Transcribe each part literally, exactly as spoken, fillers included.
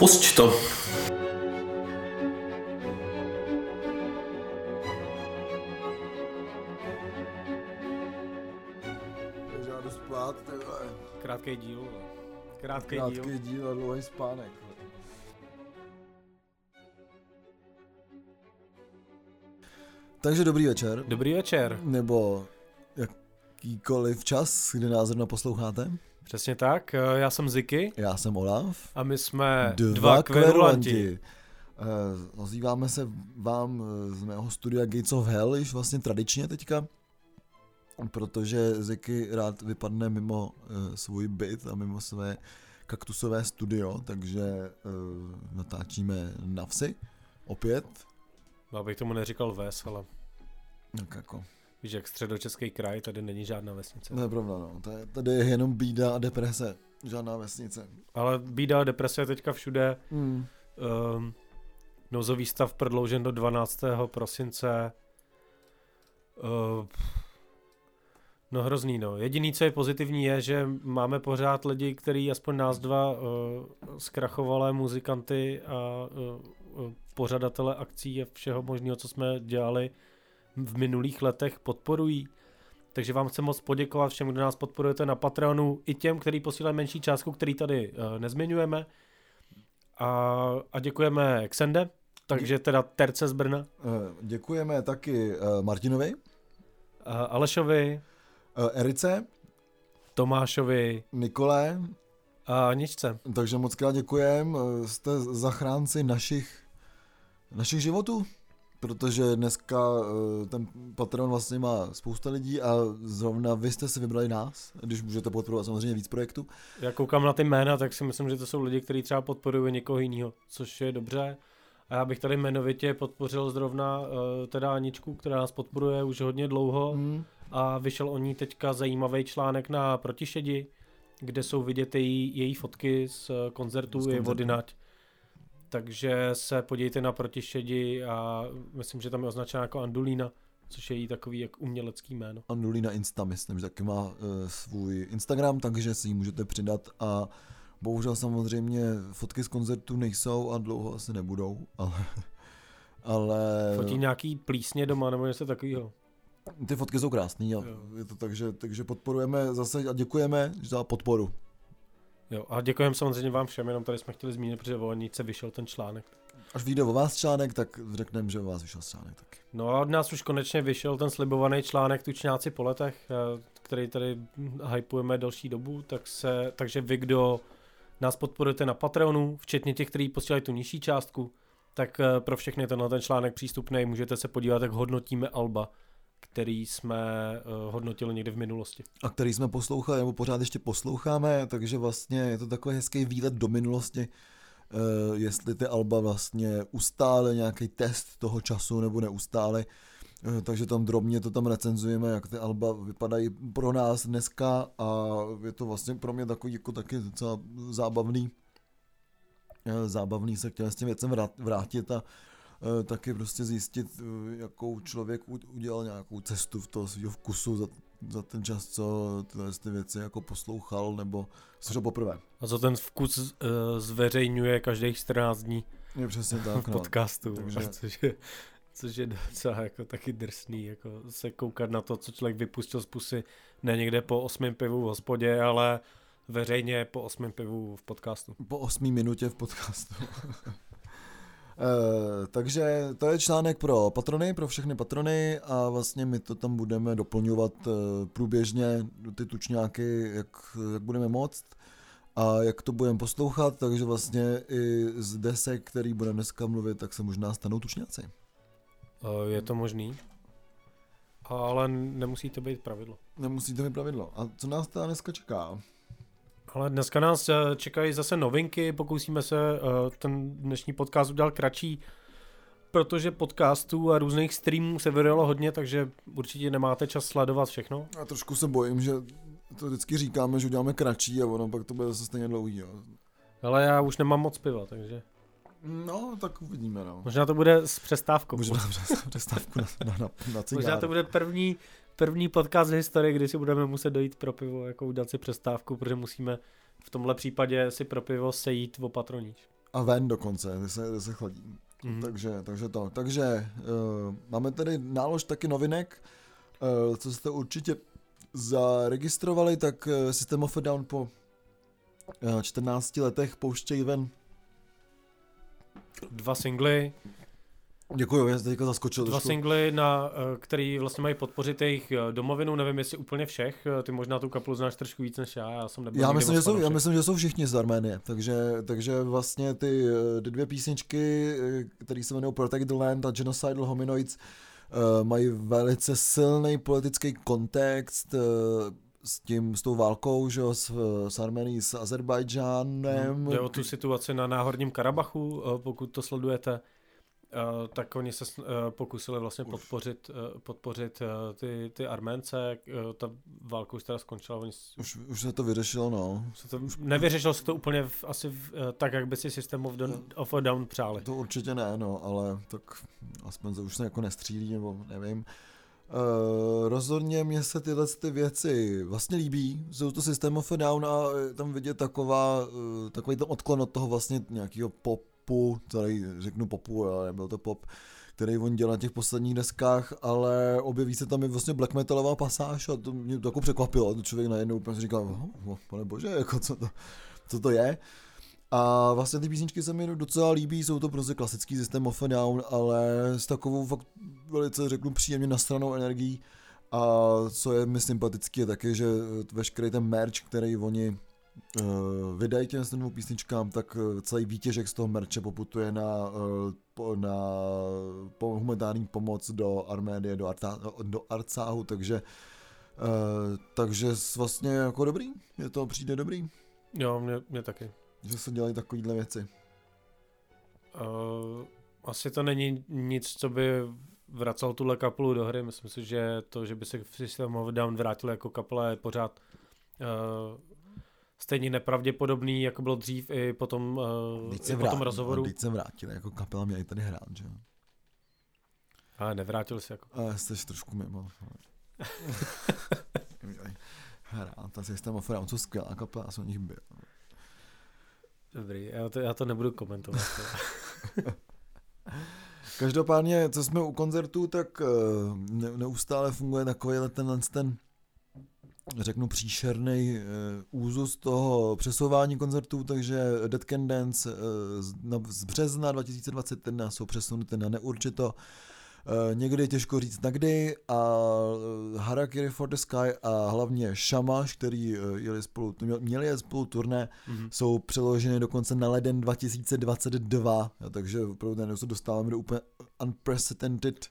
Pusť to. Já jdu spát, tyhle. Krátký díl. Krátký, Krátký díl. díl a dlouhý spánek. Takže dobrý večer. Dobrý večer. Nebo jakýkoliv čas, kdy nás zrovna posloucháte. Přesně tak, já jsem Ziky. Já jsem Olaf. A my jsme Dva, dva kverulanti. kverulanti. Uh, ozýváme se vám z mého studia Gates of Hell, již vlastně tradičně teďka. Protože Ziky rád vypadne mimo uh, svůj byt a mimo své kaktusové studio, takže uh, natáčíme na vsi opět. No, abych tomu neříkal ves, ale Tak jako. víš, jak Středočeský kraj, tady není žádná vesnice. To je pravda, no. Tady, tady je jenom bída a deprese, žádná vesnice. Ale bída, deprese je teďka všude. Hmm. Um, nouzový stav prodloužen do dvanáctého prosince. Uh, no hrozný, no. Jediný, co je pozitivní, je, že máme pořád lidi, který aspoň nás dva uh, zkrachovalé muzikanty a uh, pořadatele akcí a všeho možného, co jsme dělali v minulých letech, podporují. Takže vám chci moc poděkovat všem, kdo nás podporujete na Patreonu, i těm, kteří posílají menší částku, který tady uh, nezmiňujeme. A, a děkujeme Xende, takže teda Terce z Brna. Děkujeme taky Martinovi, Uh, Alešovi, Erice, Tomášovi Nikole, a Aničce. takže moc krát děkujem, jste zachránci našich, našich životů, protože dneska ten Patreon vlastně má spousta lidí a zrovna vy jste si vybrali nás, když můžete podporovat samozřejmě víc projektů. Já koukám na ty jména, tak si myslím, že to jsou lidi, kteří třeba podporují někoho jiného, což je dobře. A já bych tady jmenovitě podpořil zrovna uh, teda Aničku, která nás podporuje už hodně dlouho. Hmm. A vyšel o ní teďka zajímavý článek na Protišedi, kde jsou vidět její, její fotky z koncertů i odinať. Takže se podívejte na Protišedi a myslím, že tam je označena jako Andulína, což je jí takový jak umělecký jméno. Andulina Insta, myslím, že taky má uh, svůj Instagram, takže si ji můžete přidat a bohužel samozřejmě fotky z koncertu nejsou a dlouho asi nebudou, ale... ale... Fotí nějaký plísně doma nebo něco takového. Ty fotky jsou krásný a je to tak, že, takže podporujeme zase a děkujeme za podporu. Jo, a děkujeme samozřejmě vám všem, jenom tady jsme chtěli zmínit, protože o Aničce vyšel ten článek. Až vyjde o vás článek, tak řekneme, že o vás vyšel článek taky. No a od nás už konečně vyšel ten slibovaný článek Tučňáci po letech, který tady hypujeme delší dobu, tak se, takže vy, kdo nás podporujete na Patreonu, včetně těch, kteří posílají tu nižší částku, tak pro všechny tenhle ten článek přístupný, můžete se podívat, jak hodnotíme alba, který jsme uh, hodnotili někdy v minulosti. A který jsme poslouchali, nebo pořád ještě posloucháme, takže vlastně je to takový hezký výlet do minulosti, uh, jestli ty alba vlastně ustály nějaký test toho času, nebo neustály. Uh, takže tam drobně to tam recenzujeme, jak ty alba vypadají pro nás dneska a je to vlastně pro mě takový jako taky docela zábavný, uh, zábavný se k těm, s těm věcem vrátit a taky prostě zjistit, jakou člověk udělal nějakou cestu v toho svého vkusu za, za ten čas, co tyhle ty věci jako poslouchal nebo slyšel poprvé. A co ten vkus uh, zveřejňuje každých čtrnáct dní je přesně tak, v podcastu, no. Takže... což, je, což je docela jako taky drsný, jako se koukat na to, co člověk vypustil z pusy, ne někde po osmém pivu v hospodě, ale veřejně po osmém pivu v podcastu. Po osmé minutě v podcastu. Uh, takže to je článek pro patrony, pro všechny patrony a vlastně my to tam budeme doplňovat uh, průběžně, ty tučňáky, jak, jak budeme moct a jak to budeme poslouchat, takže vlastně i z desek, který budeme dneska mluvit, tak se možná stanou tučňáci. Uh, je to možný, ale nemusí to být pravidlo. Nemusí to být pravidlo. A co nás teda dneska čeká? Ale dneska nás čekají zase novinky, pokusíme se ten dnešní podcast udělat kratší, protože podcastů a různých streamů se vydalo hodně, takže určitě nemáte čas sledovat všechno. A trošku se bojím, že to vždycky říkáme, že uděláme kratší a ono pak to bude zase stejně dlouhý. Jo. Ale já už nemám moc piva, takže... No, tak uvidíme, no. Možná to bude s přestávkou. Možná přestávku na, na, na, na cigár. Možná to bude první, první podcast v historii, kdy si budeme muset dojít pro pivo, jako udělat si přestávku, protože musíme v tomhle případě si pro pivo sejít o patroníč. a ven dokonce, ty se, ty se chladí. Mm. Takže, takže to. Takže uh, máme tady nálož taky novinek, uh, co jste určitě zaregistrovali, tak uh, System of a Down po uh, čtrnácti letech pouštějí ven Dva singly. Děkuju, já jsem teďka zaskočil. Dva trošku. singly, na, který vlastně mají podpořit jejich domovinu, nevím jestli úplně všech, ty možná tu kapelu znáš trošku víc než já, já jsem nebyl já myslím, že jsou, všech. já myslím, že jsou všichni z Arménie, takže, takže vlastně ty, ty dvě písničky, které se jmenují Protect the Land a Genocidal Hominoids, uh, mají velice silný politický kontext uh, s tím, s tou válkou, že jo, s, s Arménií, s Azerbajdžánem. Jde o tu situaci na Náhorním Karabachu, pokud to sledujete. Uh, tak oni se uh, pokusili vlastně podpořit, uh, podpořit uh, ty, ty Arménce, uh, ta válka už teda skončila. Oni už, už se to vyřešilo, no. Se to, nevyřešilo se to úplně v, asi v, uh, tak, jak by si System of, don, of a Down přáli. To určitě ne, no, ale tak aspoň se už se jako nestřílí, nebo nevím. Uh, rozhodně mě se tyhle ty věci vlastně líbí, jsou to System of a Down a tam vidět taková, uh, takový ten odklon od toho vlastně nějakého pop, tady řeknu popu, ale nebyl to pop, který on dělal na těch posledních deskách, ale objeví se tam i vlastně black metalová pasáž a to mě to jako překvapilo, to člověk najednou úplně si říkal, oh, oh, pane bože, jako co to, co to je. A vlastně ty písničky se mi docela líbí, jsou to prostě klasický System of a Down, ale s takovou fakt velice řeknu příjemně nastranou energií a co je mi sympatický je taky, že veškerý ten merch, který oni Uh, vydají těm dvou písničkám, tak uh, celý výtěžek z toho merče poputuje na, uh, po, na po humanitární pomoc do Arménie, do, Arta, do Arcáhu, takže uh, takže vlastně jako dobrý, je to přijde dobrý. Jo, mě, mě taky. Že se dělají takovýhle věci. Uh, asi to není nic, co by vracel tuhle kapelu do hry, myslím si, že to, že by se v System of a Down vrátil jako kapela je pořád uh, stejně nepravděpodobný, jako bylo dřív i po tom, uh, i po tom rozhovoru. Teď se vrátili, jako kapela měli tady hrát, že jo? Ale nevrátil se jako. Ale jsi trošku mimo. Hrát, ta System of a Down, co skvělá kapela, já jsem u nich byl. Dobrý, já to, já to nebudu komentovat. Každopádně, co jsme u koncertů, tak ne, neustále funguje takový ten, ten řeknu příšerný uh, úzus toho přesouvání koncertů, takže Dead Can Dance uh, z, no, z března dva tisíce dvacet jedna jsou přesunuty na neurčito. Uh, někdy je těžko říct na kdy a uh, Harakiri for the Sky a hlavně Shamash, který uh, jeli spolu, měli jet spolu turné, mm-hmm. jsou přeloženy dokonce na leden dva tisíce dvacet dva, ja, takže opravdu se dostáváme do úplně unprecedented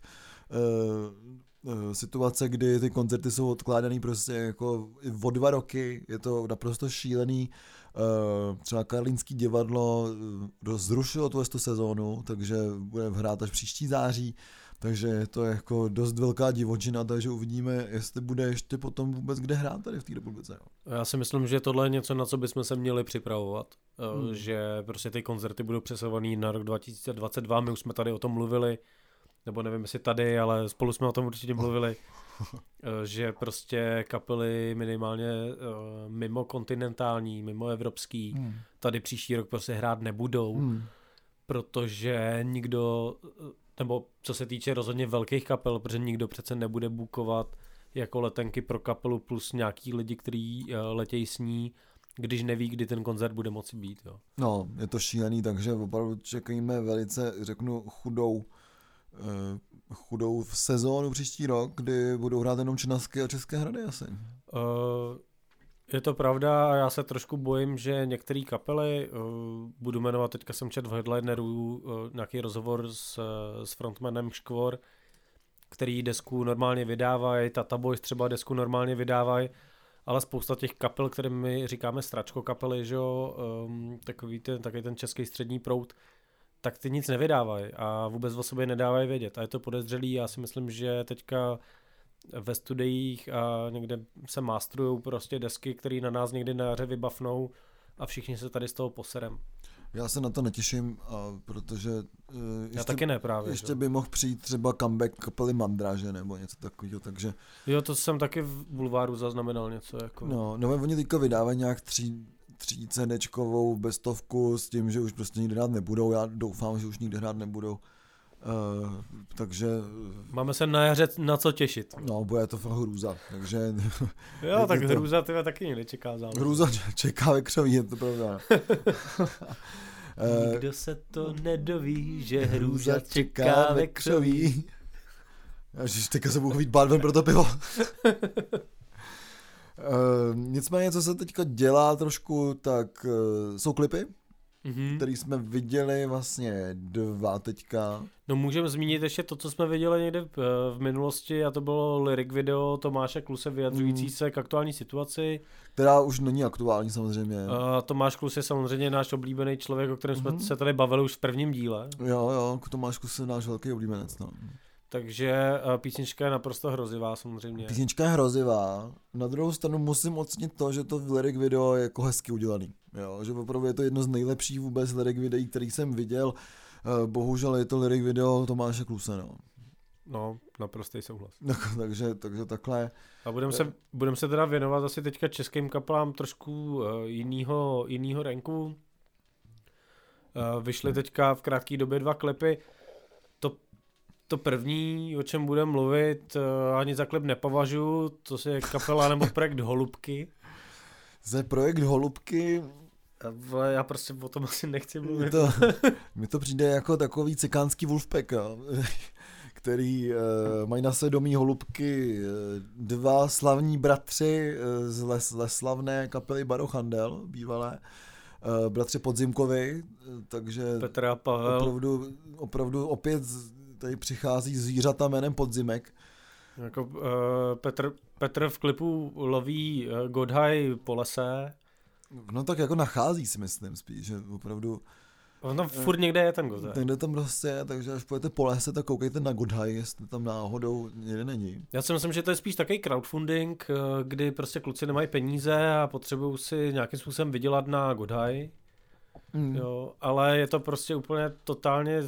uh, situace, kdy ty koncerty jsou odkládaný prostě jako o dva roky, je to naprosto šílený. Třeba Karlínský divadlo zrušilo tu sezónu, takže bude hrát až příští září, takže to je jako dost velká divočina, takže uvidíme, jestli bude ještě potom vůbec kde hrát tady v té republice. Jo. Já si myslím, že tohle je něco, na co bychom se měli připravovat, hmm. že prostě ty koncerty budou přesouvaný na rok dva tisíce dvacet dva, my už jsme tady o tom mluvili, nebo nevím, jestli tady, ale spolu jsme o tom určitě mluvili, že prostě kapely minimálně mimo kontinentální, mimo evropský, hmm. tady příští rok prostě hrát nebudou, hmm. protože nikdo, nebo co se týče rozhodně velkých kapel, protože nikdo přece nebude bukovat jako letenky pro kapelu plus nějaký lidi, kteří letějí s ní, když neví, kdy ten koncert bude moci být. Jo. No, je to šílený, takže opravdu čekajme velice, řeknu, chudou chudou v sezónu příští rok, kdy budou hrát jenom Činasky a České Hrady asi. Uh, je to pravda a já se trošku bojím, že některé kapely, uh, budu jmenovat, teďka jsem četl v Headlineru uh, nějaký rozhovor s, s frontmanem Škvor, který desku normálně vydávají, Tata Boys třeba desku normálně vydávají, ale spousta těch kapel, které my říkáme stračko kapely, že jo, um, takový ten, takový ten český střední proud, tak ty nic nevydávají a vůbec o sobě nedávají vědět. A je to podezřelý, já si myslím, že teďka ve studiích a někde se masterujou prostě desky, které na nás někdy na jaře vybafnou a všichni se tady z toho poserem. Já se na to netěším, a protože uh, ještě, já taky ne právě. Ještě by mohl přijít třeba comeback kapely Mandráže nebo něco takového, takže... Jo, to jsem taky v bulváru zaznamenal něco jako... No, no oni teďka vydávají nějak tří, tří CDčkovou bestovku s tím, že už prostě nikdy hrát nebudou, já doufám, že už nikdy hrát nebudou. Uh, takže... Máme se na jaře na co těšit. No, bude to fakt hrůza, takže... Jo, tak to... hrůza tyhle taky někdy čeká záleží. Hrůza čeká ve křoví, je to pravda. Nikdo se to nedoví, že hrůza čeká ve křoví. Ježiš, teďka se budu chodit bát ven pro to pivo. Uh, nicméně, co se teďka dělá trošku, tak uh, jsou klipy, mm-hmm. které jsme viděli vlastně dva teďka. No můžeme zmínit ještě to, co jsme viděli někde v, v minulosti, a to bylo lyric video Tomáše Kluse vyjadřující mm. se k aktuální situaci. Která už není aktuální samozřejmě. Uh, Tomáš Klus je samozřejmě náš oblíbený člověk, o kterém mm-hmm. jsme se tady bavili už v prvním díle. Jo, jo, Tomáš Klus je náš velký oblíbenec, no. Takže uh, písnička je naprosto hrozivá samozřejmě. Písnička je hrozivá. Na druhou stranu musím ocenit to, že to lyric video je jako hezky udělaný. Jo, že opravdu je to jedno z nejlepších vůbec lyric videí, který jsem viděl. Uh, bohužel je to lyric video Tomáše Kluse, no. No, naprostý souhlas. No, takže, takže takhle. A budeme se, budem se teda věnovat asi teďka českým kapelám trošku uh, jinýho, jinýho ranku. Uh, vyšly teďka v krátké době dva klipy. To To první, o čem budeme mluvit, ani za klip nepovažuji, to je kapela nebo projekt Holubky. Za projekt Holubky? Ale já prostě o tom asi nechci mluvit. Mi to, mi to přijde jako takový cikánský Wolfpack, který uh, mají na svědomí Holubky dva slavní bratři z les, leslavné kapely Barochandel, bývalé. Uh, bratři Podzimkovi, takže Petr a Pavel. Opravdu, opravdu opět tady přichází zvířata jménem Podzimek. Jako, uh, Petr, Petr v klipu loví uh, Godhaj po lese. No tak jako nachází, si myslím spíš, že opravdu... No furt někde je ten Godhaj. Někde tam prostě je, takže až pojďte po lese, tak koukejte na Godhaj, jestli tam náhodou někde není. Já si myslím, že to je spíš takový crowdfunding, kdy prostě kluci nemají peníze a potřebují si nějakým způsobem vydělat na Godhaj. Mm. Jo, ale je to prostě úplně totálně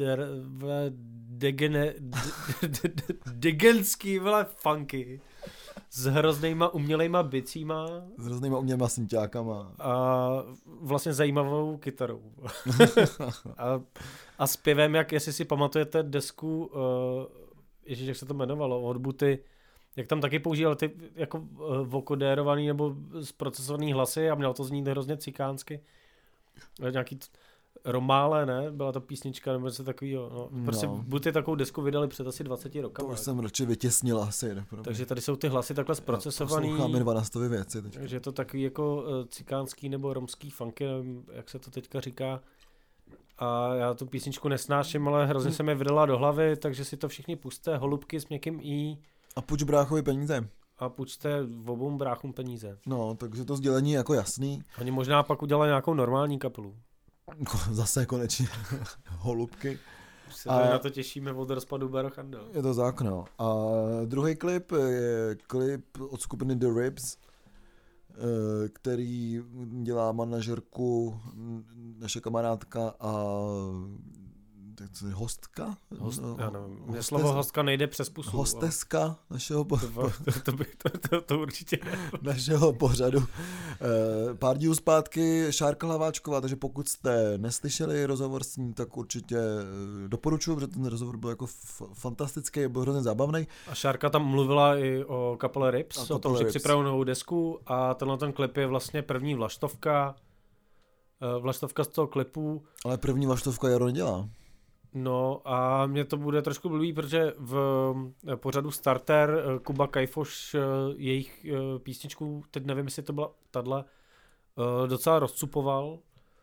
degene, degenský, vele, funky. S hroznýma umělejma bicíma. S hroznýma umělejma synťákama. A vlastně zajímavou kytarou. a, a zpěvem, jak jestli si pamatujete desku, uh, ježiš, jak se to jmenovalo, od Buty, jak tam taky používal ty jako uh, vokodérovaný nebo zprocesovaný hlasy a mělo to znít hrozně cikánsky. Nějaký t- Romále, ne? Byla to písnička nebo něco takového. No. Prostě no. Buty takovou desku vydali před asi dvaceti rokama. To už jsem radši vytěsnil asi. Ne? Takže tady jsou ty hlasy takhle zprocesovaný. Posloucháme dva na stově věci. Teďka. Takže je to takový jako uh, cikánský nebo romský funky, nevím, jak se to teďka říká. A já tu písničku nesnáším, ale hrozně se mi vydala do hlavy, takže si to všichni pusťte. Holubky s měkkým i. A půjč bráchovi peníze. A půjčte v obou bráchům peníze. No, takže to sdělení je jako jasný. Oni možná pak udělají nějakou normální kapelu. Zase konečně Holubky. Už se a na to těšíme od rozpadu Barochandel. Je to tak, no. A druhý klip je klip od skupiny The Ribs, který dělá manažerku naše kamarádka a hostka? Host, já nevím. Hostes, slovo hostka nejde přes pusu. Hosteska našeho po, to, to, to, by, to, to, to určitě našeho pořadu. E, pár dílů zpátky Šárka Hlaváčková, takže pokud jste neslyšeli rozhovor s ní, tak určitě doporučuji, protože ten rozhovor byl jako f- fantastický, byl hrozně zábavný. A Šárka tam mluvila i o kapele Ribs, o tom, že připravují novou desku a tenhle ten klip je vlastně první vlaštovka. Vlaštovka z toho klipu. Ale první vlaštovka Jaro nedělá. No a mě to bude trošku blbý, protože v pořadu Starter Kuba Kajfoš jejich písničku, teď nevím, jestli to byla tahle, docela rozcupoval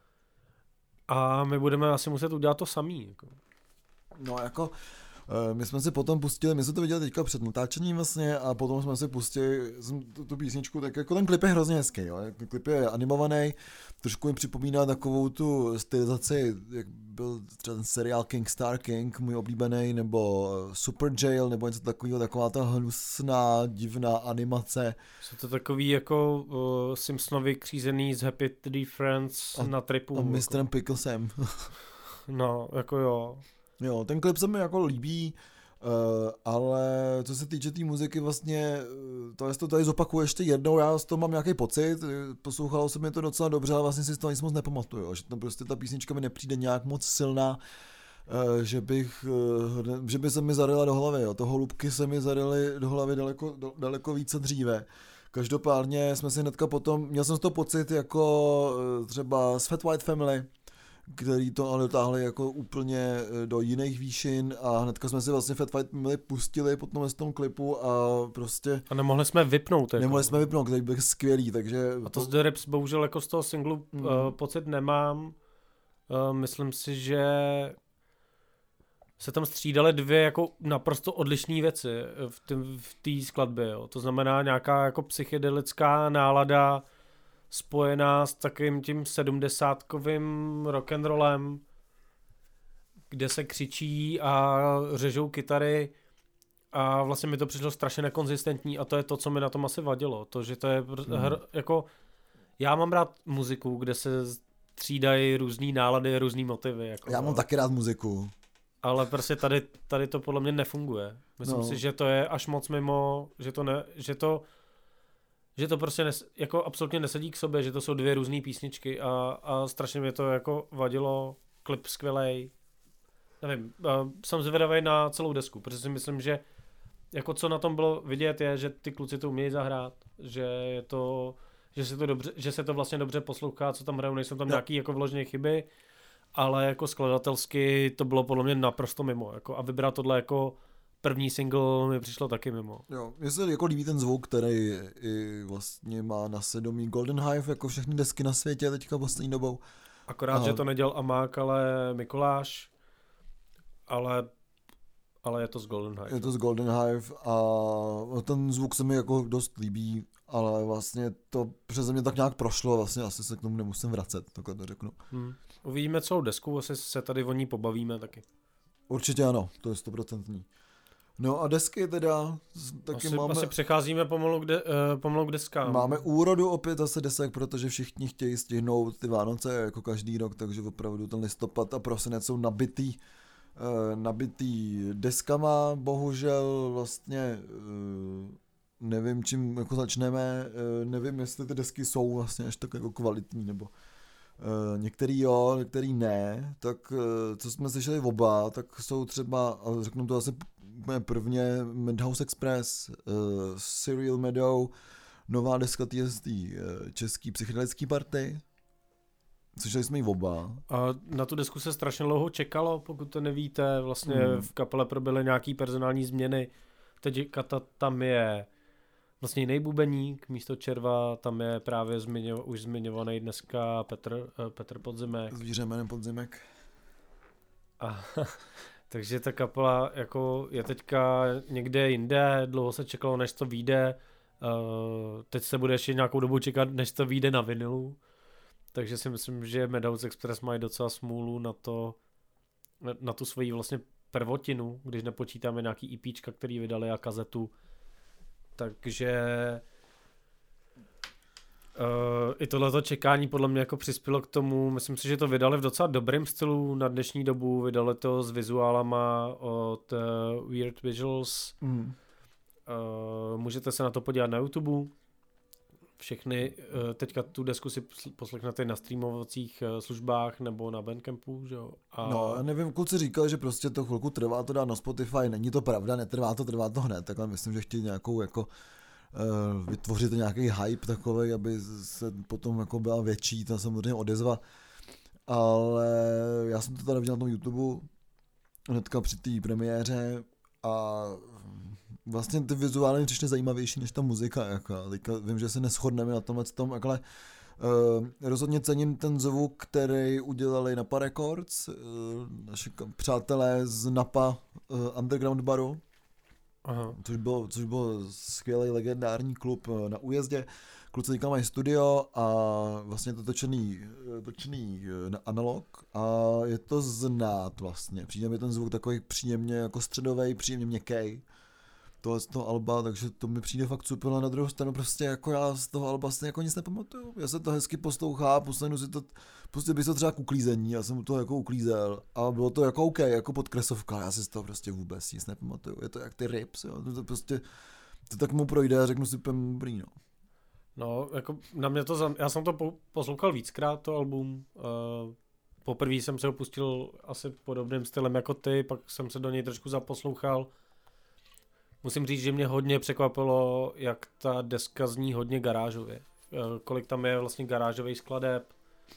a my budeme asi muset udělat to samý. Jako. No jako, my jsme si potom pustili, my jsme to viděli teďka před natáčením vlastně a potom jsme si pustili tu, tu písničku, tak jako ten klip je hrozně hezký, jo. Klip je animovaný, trošku mi připomíná takovou tu stylizaci, jak byl třeba ten seriál King Star King, můj oblíbený, nebo Super Jail, nebo něco takového, taková ta hnusná, divná animace. Jsou to takový jako uh, Simpsonovi křízený z Happy Tree Friends a, na tripu. A mistrem Jako. Picklesem. No, jako jo. Jo, ten klip se mi jako líbí, Uh, ale co se týče té tý muziky vlastně, to je to tady zopakuju ještě jednou, já z toho mám nějaký pocit, poslouchalo se mi to docela dobře, ale vlastně si z toho nic moc nepamatuju, že tam prostě ta písnička mi nepřijde nějak moc silná, uh, že bych, uh, že by se mi zaryla do hlavy, jo. To holubky se mi zaryly do hlavy daleko, do, daleko více dříve. Každopádně jsme si hnedka potom, měl jsem z toho pocit jako třeba z Fat White Family, který to ale dotáhli jako úplně do jiných výšin a hnedka jsme si vlastně Fat White Family pustili potom z tom klipu a prostě... A nemohli jsme vypnout. Jako. Nemohli jsme vypnout, který byl skvělý, takže... A to, to... z The Rips bohužel jako z toho singlu mm. uh, pocit nemám. Uh, myslím si, že se tam střídaly dvě jako naprosto odlišné věci v té skladbě. Jo. To znamená nějaká jako psychedelická nálada spojená s takovým tím sedmdesátkovým rock'n'rollem, kde se křičí a řežou kytary a vlastně mi to přišlo strašně nekonzistentní a to je to, co mi na tom asi vadilo. To, že to je mm. hr, jako já mám rád muziku, kde se střídají různý nálady, různý motivy. Jako, já mám taky rád muziku. Ale prostě tady, tady to podle mě nefunguje. Myslím no. si, že to je až moc mimo, že to ne, že to že to prostě nes, jako absolutně nesedí k sobě, že to jsou dvě různé písničky a, a strašně mě to jako vadilo, klip skvělej. Nevím, jsem zvědavý na celou desku, protože si myslím, že jako co na tom bylo vidět je, že ty kluci to umějí zahrát, že je to, že se to dobře, že se to vlastně dobře poslouchá, co tam hrajou, nejsou tam no. nějaký jako vložené chyby, ale jako skladatelsky to bylo podle mě naprosto mimo, jako a vybrat tohle jako první single mi přišlo taky mimo. Jo, mně se jako líbí ten zvuk, který i vlastně má na svědomí Golden Hive, jako všechny desky na světě teďka poslední dobou. Akorát, Aha. že to nedělal Amák, ale Mikuláš, ale, ale je to z Golden Hive. Je to z Golden Hive a ten zvuk se mi jako dost líbí, ale vlastně to přeze mě tak nějak prošlo, vlastně asi se k tomu nemusím vracet, takhle to řeknu. Hmm. Uvidíme celou desku, asi se tady o ní pobavíme taky. Určitě ano, to je stoprocentní. No a desky teda, taky asi, máme... Asi přecházíme pomalu k, de, uh, pomalu k deskám. Máme úrodu opět zase desek, protože všichni chtějí stihnout ty Vánoce jako každý rok, takže opravdu ten listopad a prosinec jsou nabitý, uh, nabitý deskama, bohužel vlastně uh, nevím čím jako začneme, uh, nevím jestli ty desky jsou vlastně až tak jako kvalitní, nebo uh, některý jo, některý ne, tak uh, co jsme slyšeli oba, tak jsou třeba, a řeknu to asi prvně Madhouse Express, uh, Serial Meadow, nová deska té uh, český psychedelický party. Slyšeli jsme ji oba. A na tu desku se strašně dlouho čekalo, pokud to nevíte. Vlastně hmm. v kapele proběhly nějaký personální změny. Teď Kata tam je vlastně jiný bubeník, místo Červa tam je právě zmiňo, už zmiňovaný dneska Petr, uh, Petr Podzimek. Zvíře jménem Podzimek. A takže ta kapela jako je teďka někde jinde, dlouho se čekalo, než to vyjde. Uh, teď se bude ještě nějakou dobu čekat, než to vyjde na vinilu. Takže si myslím, že Madhouse Express mají docela smůlu na to, na tu svoji vlastně prvotinu, když nepočítáme nějaký EPčka, který vydali a kazetu. Takže Uh, i tohleto čekání podle mě jako přispělo k tomu, myslím si, že to vydali v docela dobrém stylu na dnešní dobu, vydali to s vizuálama od uh, Weird Visuals, mm. uh, můžete se na to podívat na YouTube, všechny, uh, teďka tu desku si poslechnete na streamovacích uh, službách nebo na Bandcampu, že jo. A... No, já nevím, kluci říkali, že prostě to chvilku trvá to dát na Spotify, není to pravda, netrvá to, trvá to hned, takhle myslím, že chtějí nějakou jako vytvořit nějaký hype takovej, aby se potom jako byla větší ta samozřejmě odezva, ale já jsem to tady viděl na tom YouTube hnedka při té premiéře a vlastně ty vizuály přišly zajímavější než ta muzika, jako. Teďka vím, že se neshodneme na tomhle tom, ale uh, rozhodně cením ten zvuk, který udělali Napa Records, uh, naši přátelé z Napa uh, Underground baru. Aha. Což bylo, což bylo skvělý legendární klub na Újezdě. Kluci teďka mají studio a vlastně to točený, točený na analog a je to znát vlastně. Přijde mi ten zvuk takový příjemně jako středovej, příjemně měkký. tohle z toho alba, takže to mi přijde fakt super, na druhou stranu prostě jako já z toho alba vlastně jako nic nepamatuju, já se to hezky poslouchá, poslechnu si to, prostě bych to třeba k uklízení, já jsem u toho jako uklízel a bylo to jako OK, jako podkresovka, já si z toho prostě vůbec nic nepamatuju, je to jak ty rips, jo, to, to prostě, to tak mu projde a řeknu si pem dobrý, no. No, jako na mě to, zam... já jsem to po- poslouchal víckrát, to album, uh, poprvé jsem se ho pustil asi podobným stylem jako ty, pak jsem se do něj trošku zaposlouchal. Musím říct, že mě hodně překvapilo, jak ta deska zní hodně garážově. Uh, kolik tam je vlastně garážových skladeb,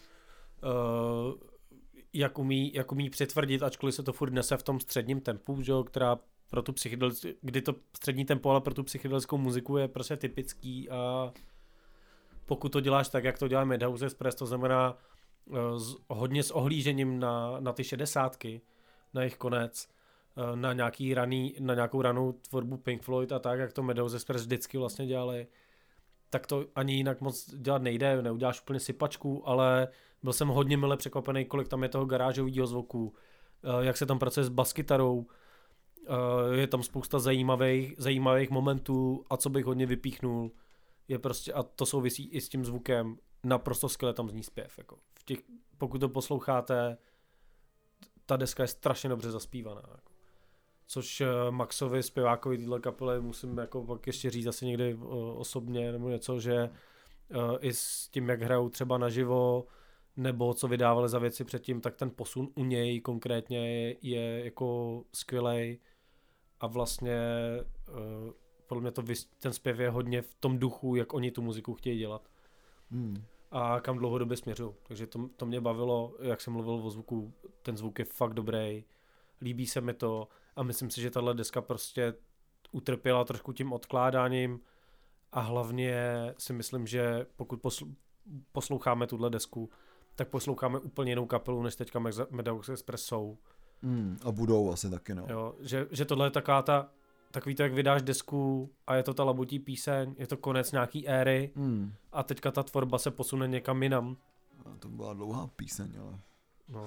uh, jak umí, jak umí přitvrdit, ačkoliv se to furt nese v tom středním tempu, že jo, která pro tu psychedelickou, kdy to střední tempo, ale pro tu psychedelickou muziku je prostě typický a pokud to děláš tak, jak to dělá Madhouse Express, to znamená uh, s, hodně s ohlížením na, na ty šedesátky, na jejich konec, uh, na, nějaký raný, na nějakou ranou tvorbu Pink Floyd a tak, jak to Madhouse Express vždycky vlastně dělali, tak to ani jinak moc dělat nejde, neuděláš úplně sypačku, ale byl jsem hodně mile překvapený, kolik tam je toho garážového zvuku, uh, jak se tam pracuje s baskytarou, uh, je tam spousta zajímavých, zajímavých momentů a co bych hodně vypíchnul, je prostě, a to souvisí i s tím zvukem, naprosto skvěle tam zní zpěv. Jako. V těch, pokud to posloucháte, ta deska je strašně dobře zaspívaná. Jako. Což Maxovi, zpěvákovi téhle kapely, musím jako pak ještě říct asi někdy osobně nebo něco, že i s tím, jak hrajou třeba naživo, nebo co vydávali za věci předtím, tak ten posun u něj konkrétně je, je jako skvělej a vlastně podle mě to, ten zpěv je hodně v tom duchu, jak oni tu muziku chtějí dělat. Hmm. A kam dlouhodobě směřují. Takže to, to mě bavilo, jak jsem mluvil o zvuku, ten zvuk je fakt dobrý, líbí se mi to a myslím si, že tahle deska prostě utrpěla trošku tím odkládáním a hlavně si myslím, že pokud posl- posloucháme tuhle desku, tak posloucháme úplně jinou kapelu, než teďka Madhouse Express jsou. Hmm, a budou asi taky, no. Jo, že, že tohle je taková ta takový to, jak vydáš desku a je to ta labutí píseň, je to konec nějaký éry hmm. a teďka ta tvorba se posune někam jinam. A to byla dlouhá píseň, ale... No.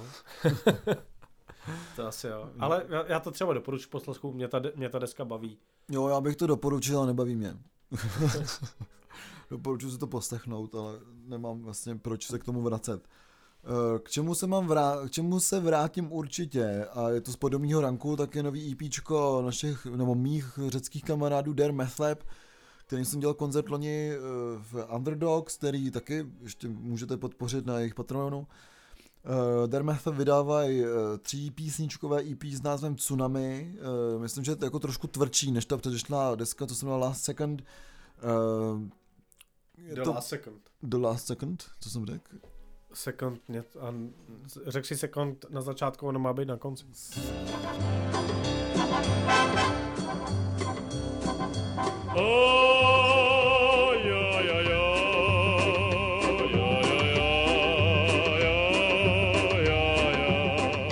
To asi jo. Ale já, já to třeba doporučuji poslechu, mě ta, mě ta deska baví. Jo, já bych to doporučil, ale nebaví mě. Doporučuji si to poslechnout, ale nemám vlastně proč se k tomu vracet. K čemu se, mám vrát, k čemu se vrátím určitě, a je to z podobného ranku, tak je nový EPčko našich, nebo mých řeckých kamarádů Der Meth Lab, který jsem dělal koncert loni v Underdogs, který taky ještě můžete podpořit na jejich Patreonu. Der Meth Lab vydávají tří písničkové E P s názvem Tsunami, myslím, že je to jako trošku tvrdší než ta předešlá deska, co se jmenuje Last Second. Je The to... Last Second. The Last Second, co jsem řekl? Second, a řekl si second na začátku, ono má být na konci. Oh, ja, ja, ja, ja, ja, ja, ja.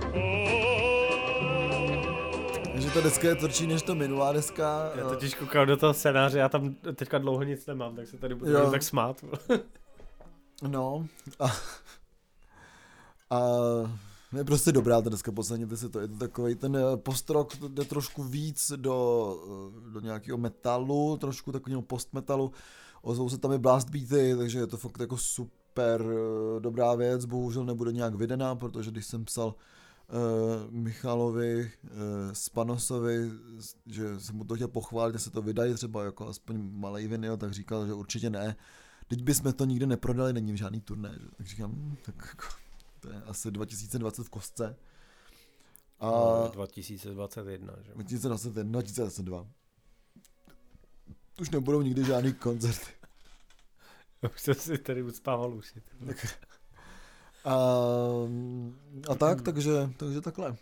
Takže ta deska je tvrdší než ta minulá deska. Já totiž koukám do toho scénáře, já tam teďka dlouho nic nemám, tak se tady budu jo. tak smát. No a, a je prostě dobrá ta deska, poslechněte si to, je to takovej ten post-rock, jde trošku víc do, do nějakého metalu, trošku takového post-metalu, ozvou se tam i blast beaty, takže je to fakt jako super dobrá věc, bohužel nebude nějak vydaná, protože když jsem psal uh, Michalovi uh, Spanosovi, že jsem mu to chtěl pochválit, že se to vydají třeba jako aspoň malej vinyl, tak říkal, že určitě ne. Teď bychom to nikdy neprodali, není žádný turné, že? Tak říkám, hm, tak jako, to je asi dva tisíce dvacet v kostce. A no, dva tisíce dvacet jedna, že? dva tisíce dvacet jedna, dva tisíce dvacet dva. Už nebudou nikdy žádný koncerty. Už jsem si tady uspával uši. A, a tak, takže, takže takhle.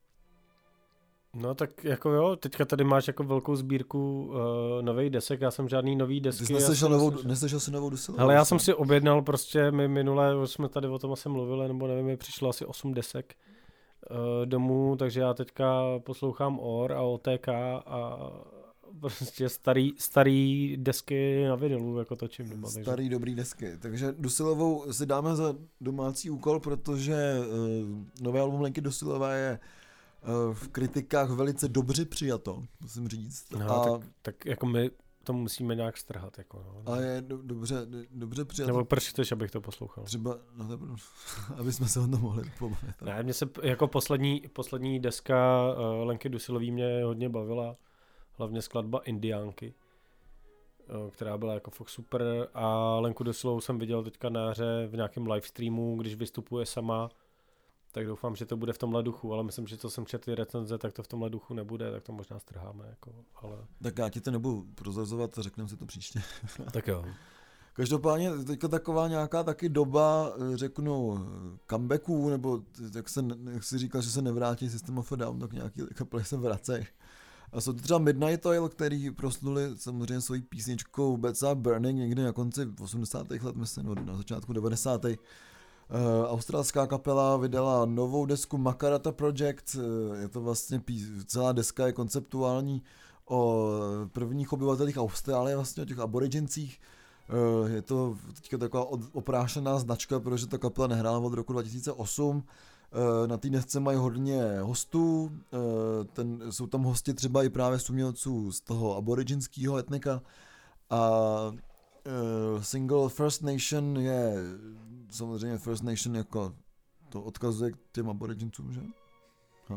No tak jako jo, teďka tady máš jako velkou sbírku uh, nových desek, já jsem žádný nový desky. Ty jsi neslyšel, novou, neslyšel... neslyšel si novou desku? Ale já jsem si objednal prostě, my minule, už jsme tady o tom asi mluvili, nebo nevím, mi přišlo asi osm desek uh, domů, takže já teďka poslouchám O R a O T K a prostě starý, starý desky na vinylu, jako točím doma. Starý takže. dobrý desky, takže Dusilovou si dáme za domácí úkol, protože uh, nové album Lenky Dusilové je v kritikách velice dobře přijato, musím říct. No, a, tak, tak jako my to musíme nějak strhat. Jako, no. A je do, dobře, dobře přijato. Nebo proč chceš, abych to poslouchal? Třeba, no to, aby jsme se o tom mohli pobavit. Ne, mě se jako poslední, poslední deska uh, Lenky Dusilový mě hodně bavila, hlavně skladba Indiánky, uh, která byla jako fakt super, a Lenku Dusilovou jsem viděl teďka na jaře v nějakém livestreamu, když vystupuje sama, tak doufám, že to bude v tomhle duchu, ale myslím, že to jsem četl recenze, tak to v tomhle duchu nebude, tak to možná strháme. Jako, ale... Tak já ti to nebudu prozrazovat, řekneme si to příště. Tak jo. Každopádně teďka taková nějaká taky doba, řeknu, comebacků, nebo jak, se, jak si říkal, že se nevrátí System of a Down, tak nějaký kapely se vracejí. A jsou to třeba Midnight Oil, který prosluli samozřejmě svojí písničkou Beds Are Burning někdy na konci osmdesátých let, myslím, no, na začátku devadesátých. Uh, australská kapela vydala novou desku Makarata Project, uh, je to vlastně pís- celá deska je konceptuální o prvních obyvatelích Austrálie, vlastně o těch aborigincích. Uh, je to teďka taková od- oprášená značka, protože ta kapela nehrála od roku dva tisíce osm. Uh, na té desce mají hodně hostů, uh, ten, jsou tam hosti třeba i právě z umělců z toho aboriginského etnika, a uh, single First Nation je samozřejmě First Nation, jako to odkazuje k těm aborigincům, že? No.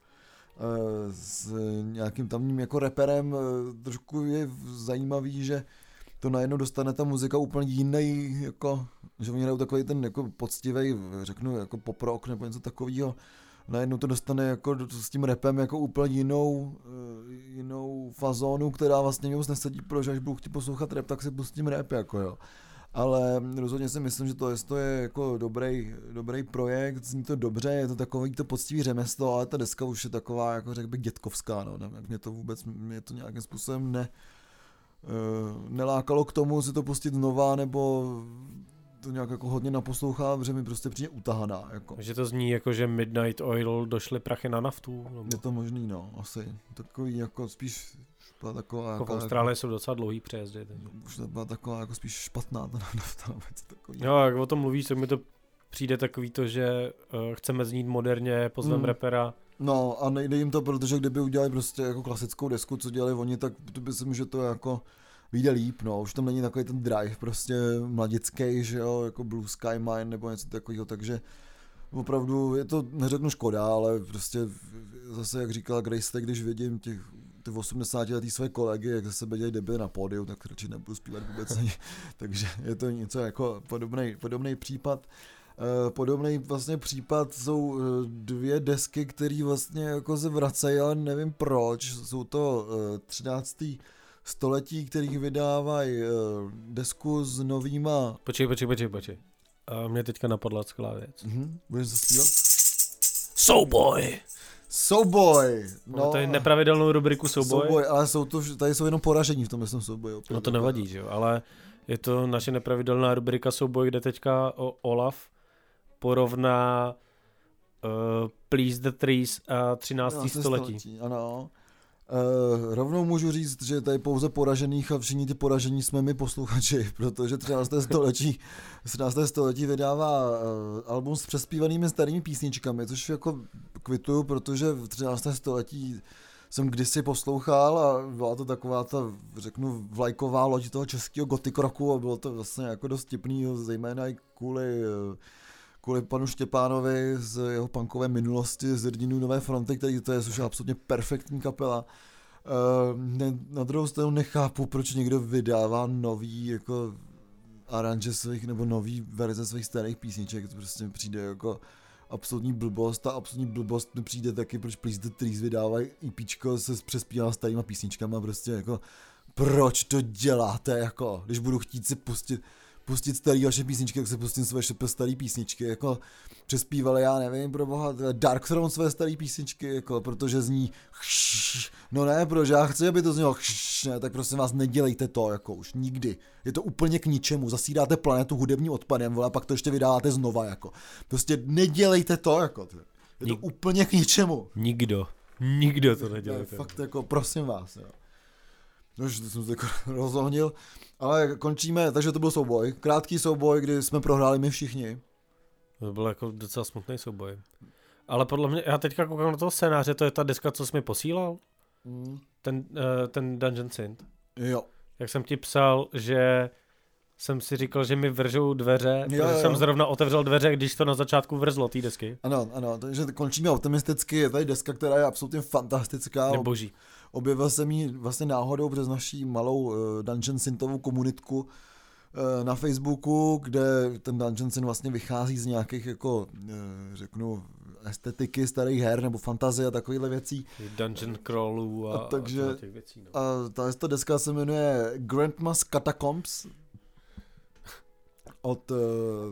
E, s nějakým tamním jako reperem, e, trošku je zajímavý, že to najednou dostane ta muzika úplně jiný, jako, že oni hrajou takový ten jako poctivej, řeknu, jako pop rock nebo něco takového. Najednou to dostane jako s tím rapem jako úplně jinou, e, jinou fazónu, která vlastně mě moc nesedí, protože až budu chtít poslouchat rap, tak si pustím rap, jako jo. Ale rozhodně si myslím, že to je, to je jako dobrý, dobrý projekt, zní to dobře, je to takový to poctivý řemeslo, ale ta deska už je taková, jako řekl bych, dětkovská, no, nevím, jak mě to vůbec, mě to nějakým způsobem ne, uh, nelákalo k tomu si to pustit znova, nebo to nějak jako hodně naposlouchám, protože mi prostě přijde utahaná, jako. Že to zní jako, že Midnight Oil došly prachy na naftu? Nebo... Je to možný, no, asi, takový jako spíš... Taková, jako v Austrálii jako, jsou docela dlouhý přejezdy. Teď. Už to byla taková jako spíš špatná ta nafta. Jo, jak o tom mluvíš, tak mi to přijde takový to, že uh, chceme znít moderně, pozvem mm. rapera. No a nejde jim to, protože kdyby udělali prostě jako klasickou desku, co dělali oni, tak to by si že to jako vyjde líp, no. Už tam není takový ten drive prostě mladický, že jo, jako Blue Sky Mine nebo něco takového, takže opravdu je to, neřeknu škoda, ale prostě zase, jak říkala Grace, když vidím těch ty osmdesátiletý své kolegy, jak ze sebe dělají debily na pódiu, tak radši nebudu zpívat vůbec ani. Takže je to něco jako podobný, podobný případ. Uh, podobný vlastně případ jsou dvě desky, které vlastně jako se vracejí, ale nevím proč. Jsou to uh, třinácté století, který vydávají uh, desku s novýma... Počkej, počkej, počkej, počkej. A mě teďka napadla skvělá věc. Mhm, budeš zaspívat? Soulboy! Soulboy! No, to je nepravidelnou rubriku Soulboy. Soulboy, ale jsou to, tady jsou jenom poražení v tom myslím Soulboy. No to nevadí, že jo, ale je to naše nepravidelná rubrika Soulboy, kde teďka o Olaf porovná uh, Please the Trees a třinácté století. století. Ano. Uh, rovnou můžu říct, že tady pouze poražených a všichni ty poražení jsme my posluchači, protože třinácté století, třinácté století vydává uh, album s přespívanými starými písničkami, což jako kvituju, protože v třinácté století jsem kdysi poslouchal a byla to taková ta, řeknu, vlajková loď toho českého gothic rocku a bylo to vlastně jako dost tipný, zejména i kvůli uh, kvůli panu Štěpánovi z jeho punkové minulosti, z Hrdinů Nové fronty, který to je už absolutně perfektní kapela. Uh, ne, na druhou stranu nechápu, proč někdo vydává nový jako aranže svých nebo nový verze svých starých písniček, to prostě mi přijde jako absolutní blbost. A absolutní blbost mi přijde taky, proč Please the Trees vydávají EPčko se přespívá starýma písničkama, prostě jako proč to děláte, jako když budu chtít si pustit pustit starý vaše písničky, tak se pustím své staré písničky, jako přespívali, já nevím, pro boha, Dark Throne své staré písničky, jako, protože zní no ne, protože já chci, aby to znělo ne, tak prosím vás, nedělejte to, jako už nikdy, je to úplně k ničemu, zasídáte planetu hudebním odpadem, vole, a pak to ještě vydáváte znova, jako, prostě nedělejte to, jako, je to Nik- úplně k ničemu. Nikdo, nikdo to nedělejte. Fakt, jako, prosím vás, jo. No, že jsem se jako rozohnil, ale končíme, takže to byl souboj, krátký souboj, kdy jsme prohráli my všichni. To byl jako docela smutný souboj. Ale podle mě, já teďka koukám na toho scénáře, to je ta deska, co jsi mi posílal? Mm. Ten, uh, ten Dungeon Synth. Jo. Jak jsem ti psal, že jsem si říkal, že mi vržou dveře, jo, protože jo. jsem zrovna otevřel dveře, když to na začátku vrzlo, té desky. Ano, ano, takže končíme optimisticky, je tady deska, která je absolutně fantastická. Je boží. Objevil jsem ji vlastně náhodou přes naší malou uh, Dungeon Synthovou komunitku uh, na Facebooku, kde ten Dungeon Synth vlastně vychází z nějakých jako, uh, řeknu, estetiky starých her nebo fantazie a takovýhle věcí. Dungeon crawlů a, a, takže, a těch věcí. No. A ta, ta deska se jmenuje Grandma's Catacombs od, uh,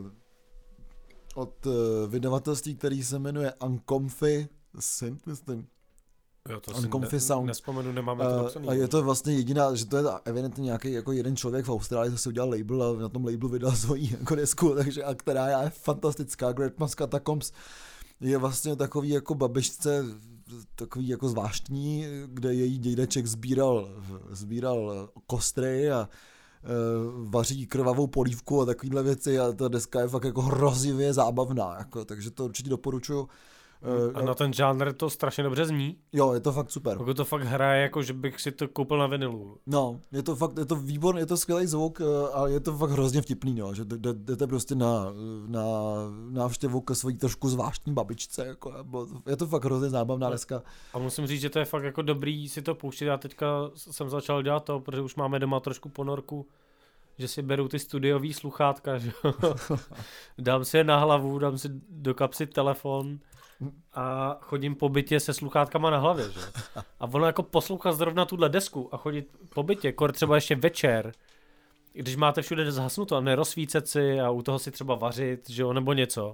od uh, vydavatelství, který se jmenuje Uncomfy Synth, myslím. Jo, to Uncomfy ne, Sound. Nespomenu, nemáme to napsaný. A je to vlastně jediná, že to je evidentně nějaký jako jeden člověk v Austrálii, co si udělal label a na tom labelu vydal svoji jako desku, takže a která je fantastická. Grandma's Catacombs je vlastně takový jako babičce, takový jako zvláštní, kde její dědeček sbíral, sbíral kostry a uh, vaří krvavou polívku a takovýhle věci a ta deska je fakt jako hrozivě zábavná, jako, takže to určitě doporučuju. Uh, a na ten žánr to strašně dobře zní. Jo, je to fakt super. Pokud to fakt hraje, jako že bych si to koupil na vinilu. No, je to fakt, je to výborný, je to skvělý zvuk a je to fakt hrozně vtipný, no, že jdete prostě na, na návštěvu ke svojí trošku zvláštní babičce, jako, je to fakt hrozně zábavná deska. A musím říct, že to je fakt jako dobrý si to pouštět, já teďka jsem začal dělat to, protože už máme doma trošku ponorku, že si beru ty studiový sluchátka, že dám si je na hlavu, dám si do kapsy telefon a chodím po bytě se sluchátkama na hlavě, že? A ono jako poslouchat zrovna tuhle desku a chodit po bytě, kor třeba ještě večer, když máte všude zhasnuto a nerozsvícet si a u toho si třeba vařit, že jo, nebo něco,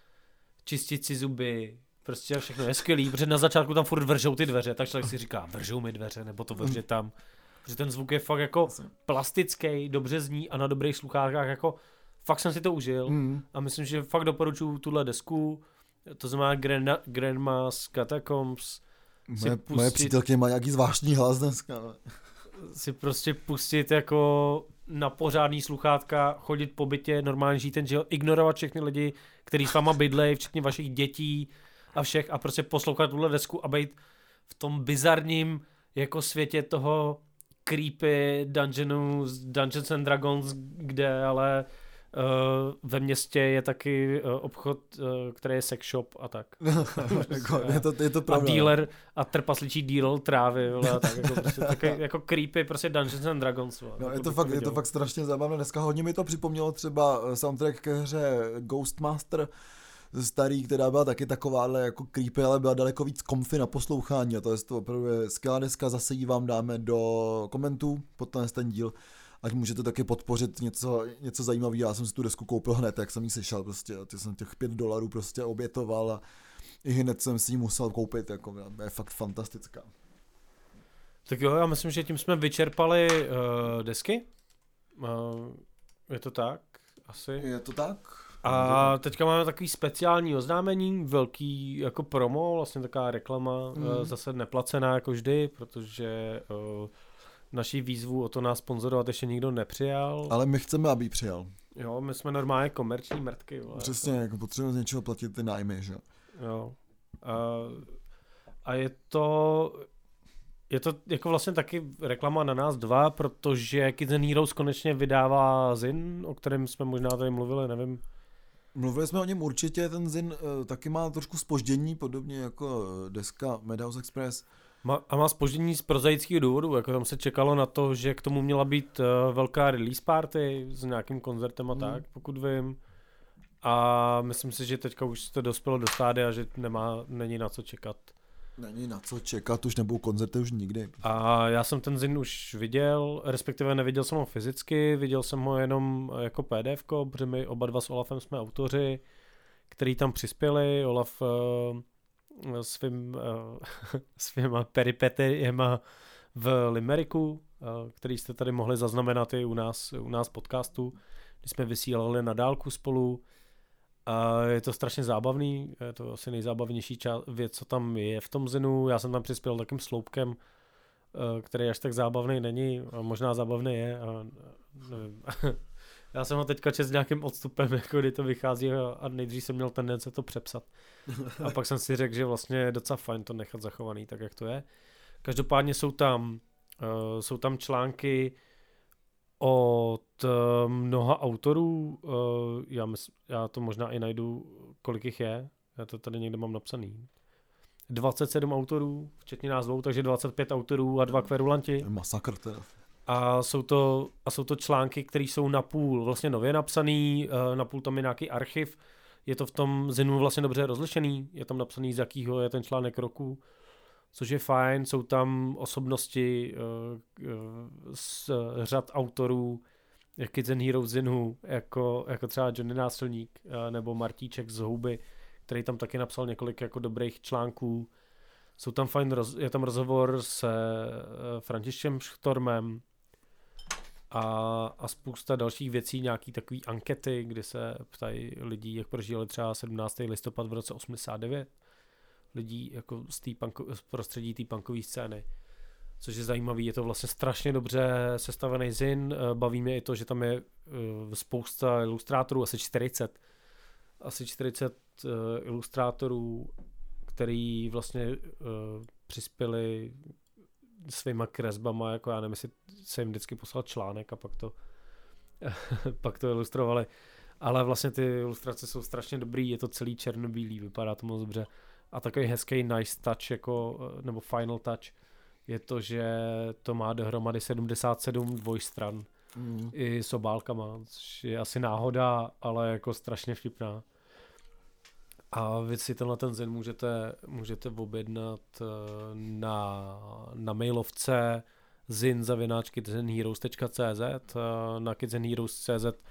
čistit si zuby, prostě všechno je skvělý, protože na začátku tam furt vržou ty dveře, tak člověk si říká, vržou mi dveře, nebo to vrže tam, protože ten zvuk je fakt jako plastický, dobře zní a na dobrých sluchátkách jako fakt jsem si to užil mm. a myslím, že fakt doporučuji tuhle desku. To znamená Grandma, Grandma's Catacombs. Moje, pustit, moje přítelkyně má nějaký zvláštní hlas dneska. Ne? Si prostě pustit jako na pořádný sluchátka, chodit po bytě, normálně žít ten život, ignorovat všechny lidi, kteří s váma bydlejí, včetně vašich dětí a všech a prostě poslouchat tuhle desku a být v tom bizarním jako světě toho creepy dungeonu, Dungeons and Dragons, kde ale Uh, ve městě je taky uh, obchod, uh, který je sex shop a tak. jako, je, to, je to pravda. A dealer a trpasličí deal trávy, vole, a tak jako, prostě, taky, jako creepy, prostě Dungeons and Dragons. Vole, no, jako je, to fakt, je to fakt strašně zábavné. Dneska hodně mi to připomnělo třeba soundtrack ke hře Ghostmaster starý, která byla taky takováhle jako creepy, ale byla daleko víc comfy na poslouchání a to je to opravdu je skvělá deska, zase ji vám dáme do komentů pod ten díl. Ať můžete taky podpořit něco, něco zajímavého. Já jsem si tu desku koupil hned, jak jsem ji slyšel, prostě, ty jsem těch pět dolarů prostě obětoval a i hned jsem si ji musel koupit, jako, je fakt fantastická. Tak jo, já myslím, že tím jsme vyčerpali uh, desky. Uh, je to tak? Asi. Je to tak? A teďka máme takový speciální oznámení, velký jako promo, vlastně taková reklama, mm. uh, zase neplacená jako vždy, protože uh, naší výzvu o to nás sponzorovat ještě nikdo nepřijal. Ale my chceme, aby ji přijal. Jo, my jsme normálně komerční mrtky. Vole, přesně, jako, jako potřebujeme z něčeho platit ty nájmy, že? Jo. A, a je to... Je to jako vlastně taky reklama na nás dva, protože Kids and Heroes konečně vydává zin, o kterém jsme možná tady mluvili, nevím. Mluvili jsme o něm určitě, ten zin uh, taky má trošku zpoždění, podobně jako deska Madhouse Express. Ma, a má zpoždění z prozaických důvodů, jako tam se čekalo na to, že k tomu měla být uh, velká release party s nějakým koncertem a hmm. tak, pokud vím. A myslím si, že teďka už to dospělo do stádia, že nemá, není na co čekat. Není na co čekat, už nebudou koncerty už nikdy. A já jsem ten zin už viděl, respektive neviděl jsem ho fyzicky, viděl jsem ho jenom jako pdfko, protože my oba dva s Olafem jsme autoři, který tam přispěli. Olaf uh, svým, uh, svýma peripetiema v Limeriku, uh, který jste tady mohli zaznamenat i u nás, u nás podcastu, kdy jsme vysílali na dálku spolu. A je to strašně zábavný, je to asi nejzábavnější ča- věc, co tam je v tom zinu. Já jsem tam přispěl takým sloupkem, který až tak zábavný není, a možná zábavný je, a nevím. Já jsem ho teďka četl s nějakým odstupem, jako kdy to vychází a, a nejdřív jsem měl tendence to přepsat. A pak jsem si řekl, že vlastně je docela fajn to nechat zachovaný tak, jak to je. Každopádně jsou tam, uh, jsou tam články od uh, mnoha autorů, uh, já, mysl, já to možná i najdu, kolik jich je, já to tady někde mám napsaný. dvacet sedm autorů, včetně nás dvou, takže dvacet pět autorů a dva kverulanti. Masakr teda. A jsou to, a jsou to články, které jsou napůl vlastně nově napsaný, uh, napůl tam je nějaký archiv, je to v tom zinu vlastně dobře rozlišený, je tam napsaný, z jakýho je ten článek roku, což je fajn, jsou tam osobnosti uh, uh, z řad autorů Kids and Heroes zinu, jako, jako třeba Johnny Násilník uh, nebo Martíček z Houby, který tam taky napsal několik jako dobrých článků. Jsou tam fajn, roz, je tam rozhovor se uh, Františkem Štormem a, a spousta dalších věcí, nějaký takový ankety, kdy se ptají lidí, jak prožili třeba sedmnáctého listopad v roce osmdesát devět. Lidí jako z, tý punko, z prostředí té punkové scény. Což je zajímavý, je to vlastně strašně dobře sestavený zin, baví mě i to, že tam je uh, spousta ilustrátorů, asi čtyřicet. Asi čtyřicet uh, ilustrátorů, který vlastně uh, přispěli svýma kresbama, jako já nevím, jestli se jim vždycky poslal článek a pak to pak to ilustrovali. Ale vlastně ty ilustrace jsou strašně dobrý, je to celý černobílý, vypadá to moc dobře. A takový hezký nice touch, jako, nebo final touch, je to, že to má dohromady sedmdesát sedm dvojstran mm. i s obálkama, což je asi náhoda, ale jako strašně vtipná. A vy si tenhle ten zin můžete, můžete objednat na, na mailovce zin zavináč kidsandheroes tečka cé zet. Na kidsandheroes tečka cé zet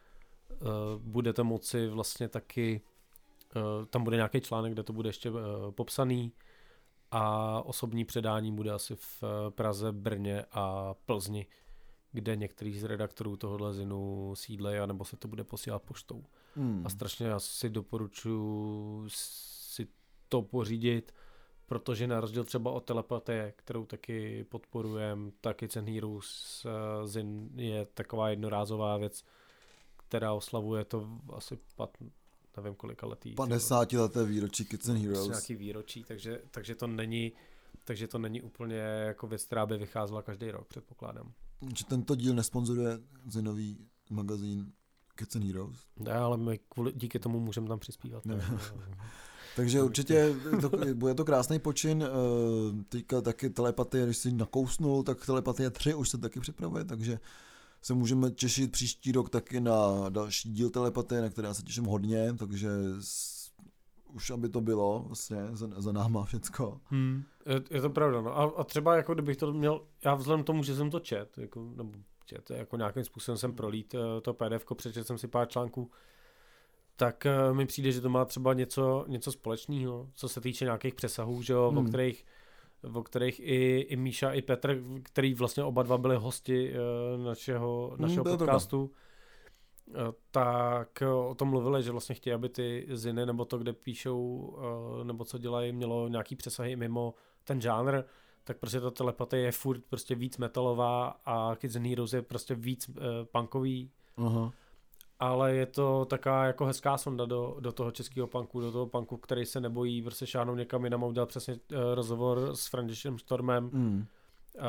budete moci vlastně taky, tam bude nějaký článek, kde to bude ještě popsaný a osobní předání bude asi v Praze, Brně a Plzni, kde některý z redaktorů tohohle zinu sídlejí, anebo se to bude posílat poštou. Hmm. A strašně asi doporučuji si to pořídit, protože na rozdíl třeba od telepatie, kterou taky podporujeme, tak Kids and Heroes zin je taková jednorázová věc, která oslavuje to asi pat, nevím kolika letý. padesátileté výročí Kids and Heroes. Nějaký výročí, takže, takže to není takže to není úplně jako věc, která by vycházela každý rok, předpokládám. Že tento díl nesponzoruje zinový magazín Kids and Heroes? Ne, ale my kvůli, díky tomu můžeme tam přispívat. Takže určitě to, bude to krásný počin. Teďka taky telepatie, když si nakousnul, tak telepatie tři už se taky připravuje, takže se můžeme těšit příští rok taky na další díl telepatie, na které já se těším hodně, takže s, už aby to bylo vlastně za, za náma všecko. Hmm. Je, je to pravda, no. A, a třeba jako kdybych to měl, já vzhledem k tomu, že jsem to čet, jako, nebo čet, jako nějakým způsobem jsem prolít to P D F ko, přečetl jsem si pár článků, tak uh, mi přijde, že to má třeba něco, něco společného, co se týče nějakých přesahů, že jo, hmm. o kterých o kterých i, i Míša, i Petr, který vlastně oba dva byli hosti uh, našeho, našeho hmm, podcastu, uh, tak uh, o tom mluvili, že vlastně chtějí, aby ty ziny, nebo to, kde píšou, uh, nebo co dělají, mělo nějaký přesahy mimo ten žánr, tak prostě ta telepatie je furt prostě víc metalová a Kids and Heroes je prostě víc uh, punkový. Aha. Ale je to taková jako hezká sonda do, do toho českého punku, do toho punku, který se nebojí prostě šáhnout někam jinam a udělat přesně uh, rozhovor s Františkem Štormem, mm. uh,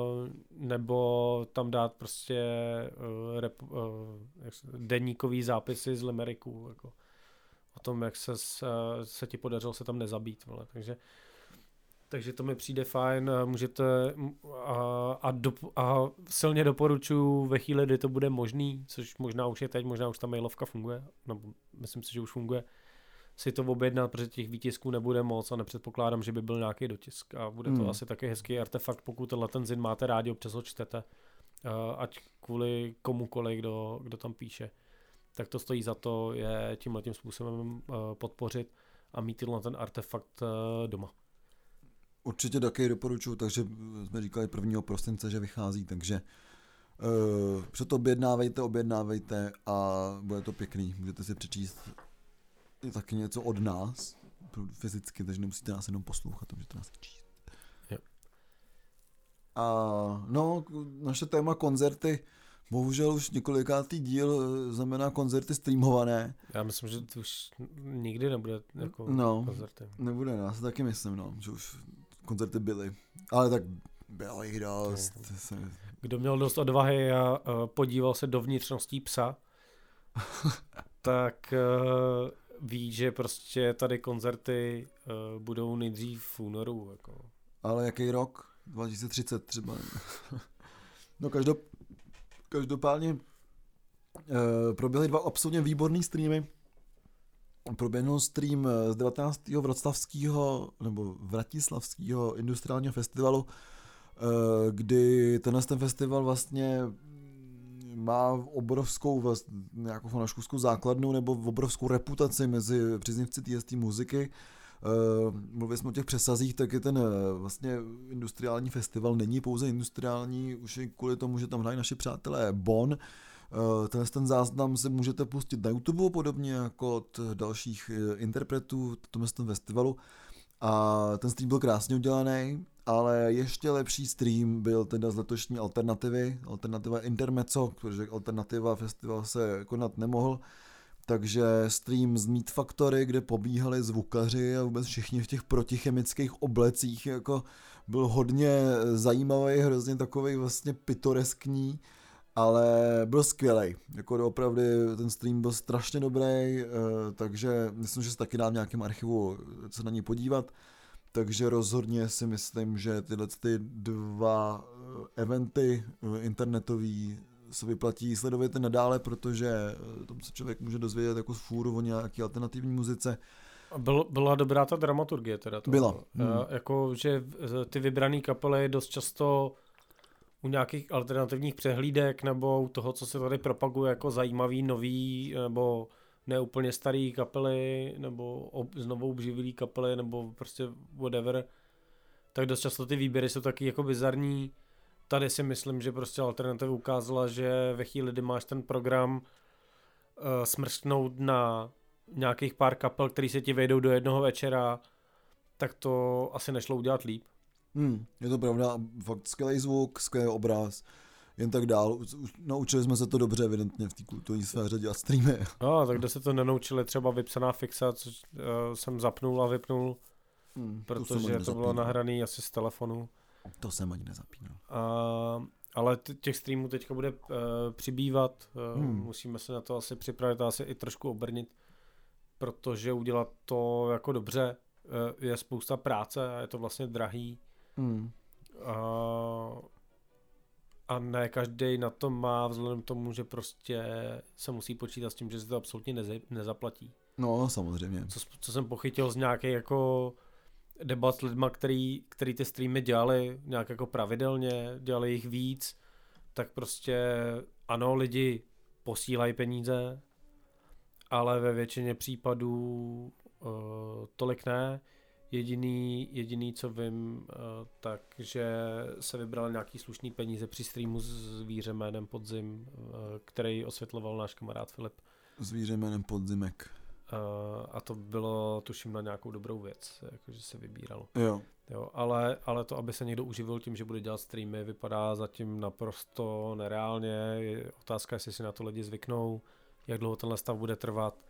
nebo tam dát prostě uh, rep, uh, deníkový zápisy z Limericků, jako o tom, jak se, uh, se ti podařilo se tam nezabít, vole. takže Takže to mi přijde fajn, můžete a, a, do, a silně doporučuji ve chvíli, kdy to bude možný, což možná už je teď, možná už ta mailovka funguje, no, myslím si, že už funguje, si to objednat, protože těch výtisků nebude moc a nepředpokládám, že by byl nějaký dotisk a bude to hmm. asi taky hezký artefakt, pokud tenhle ten zin máte rádi, občas ho čtete, ať kvůli komukoliv, kdo, kdo tam píše, tak to stojí za to je tímhletím způsobem podpořit a mít tenhle ten artefakt doma. Určitě taky doporučuji, takže jsme říkali prvního prosince, že vychází, takže uh, před objednávejte, objednávejte a bude to pěkný. Můžete si přečíst i taky něco od nás, fyzicky, takže nemusíte nás jenom poslouchat, můžete nás číst. Jo. A no, naše téma koncerty Bohužel už několikátý díl znamená koncerty streamované. Já myslím, že to už nikdy nebude jako no, koncerty. Nebude, já si taky myslím, no, že už koncerty byly. Ale tak bylo jich dost. Okay. Kdo měl dost odvahy a uh, podíval se do vnitřností psa, tak uh, ví, že prostě tady koncerty uh, budou nejdřív v únoru. Jako. Ale jaký rok? dva tisíce třicet třeba. No každop, každopádně uh, proběhly dva absolutně výborný streamy. Proběhnul stream z devatenáctého vroclavského nebo vratislavského industriálního festivalu, kdy tenhle ten festival vlastně má obrovskou vlastně, nějakou fanaškovskou základnu nebo obrovskou reputaci mezi příznivci té muziky. Mluvili jsme o těch přesazích, tak je ten vlastně industriální festival není pouze industriální, už i kvůli tomu, že tam hrají naši přátelé Bon. Tenhle ten záznam si můžete pustit na YouTube, podobně jako od dalších interpretů tomhle ten festivalu. A ten stream byl krásně udělaný, ale ještě lepší stream byl teda z letošní alternativy, alternativa Intermezzo, protože alternativa festival se konat nemohl, takže stream z Meat Factory, kde pobíhali zvukaři a vůbec všichni v těch protichemických oblecích, jako byl hodně zajímavý, hrozně takovej vlastně pitoreskní, ale byl skvělej, jako opravdu ten stream byl strašně dobrý, takže myslím, že se taky dám v nějakém archivu se na něj podívat, takže rozhodně si myslím, že tyhle ty dva eventy internetový se vyplatí sledovat nadále, protože tam se člověk může dozvědět jako z fůru o nějaký alternativní muzice. Byl, byla dobrá ta dramaturgie teda. To byla. Hmm. Jako, že ty vybrané kapely dost často u nějakých alternativních přehlídek nebo u toho, co se tady propaguje jako zajímavý, nový nebo neúplně starý kapely nebo ob, znovu obživilý kapely nebo prostě whatever, tak dost často ty výběry jsou taky jako bizarní. Tady si myslím, že prostě alternativa ukázala, že ve chvíli, kdy máš ten program uh, smrsknout na nějakých pár kapel, který se ti vejdou do jednoho večera, tak to asi nešlo udělat líp. Hmm, je to pravda, fakt skvělý zvuk, skvělý obraz, jen tak dál. Naučili jsme se to dobře evidentně v té kulturní sféře dělat streamy. No, tak kde se to nenaučili, třeba vypsaná fixa, což uh, jsem zapnul a vypnul, hmm, protože to, to bylo nahraný asi z telefonu. To jsem ani nezapínal. Uh, ale t- těch streamů teďka bude uh, přibývat, uh, hmm. musíme se na to asi připravit a asi i trošku obrnit, protože udělat to jako dobře uh, je spousta práce a je to vlastně drahý. Hmm. Uh, a ne každý na to má vzhledem k tomu, že prostě se musí počítat s tím, že se to absolutně neze- nezaplatí. No, samozřejmě. Co, co jsem pochytil z nějaké jako debat s lidma, který, který ty streamy dělali nějak jako pravidelně, dělali jich víc, tak prostě ano, lidi posílají peníze, ale ve většině případů uh, tolik ne. Jediný, jediný, co vím, uh, tak, že se vybral nějaký slušný peníze při streamu Zvíře jménem Podzim, uh, který osvětloval náš kamarád Filip. Zvíře jménem Podzimek. Uh, a to bylo, tuším, na nějakou dobrou věc, jakože se vybíralo. Jo. Jo, ale, ale to, aby se někdo uživil tím, že bude dělat streamy, vypadá zatím naprosto nereálně. Je otázka, jestli si na to lidi zvyknou, jak dlouho tenhle stav bude trvat,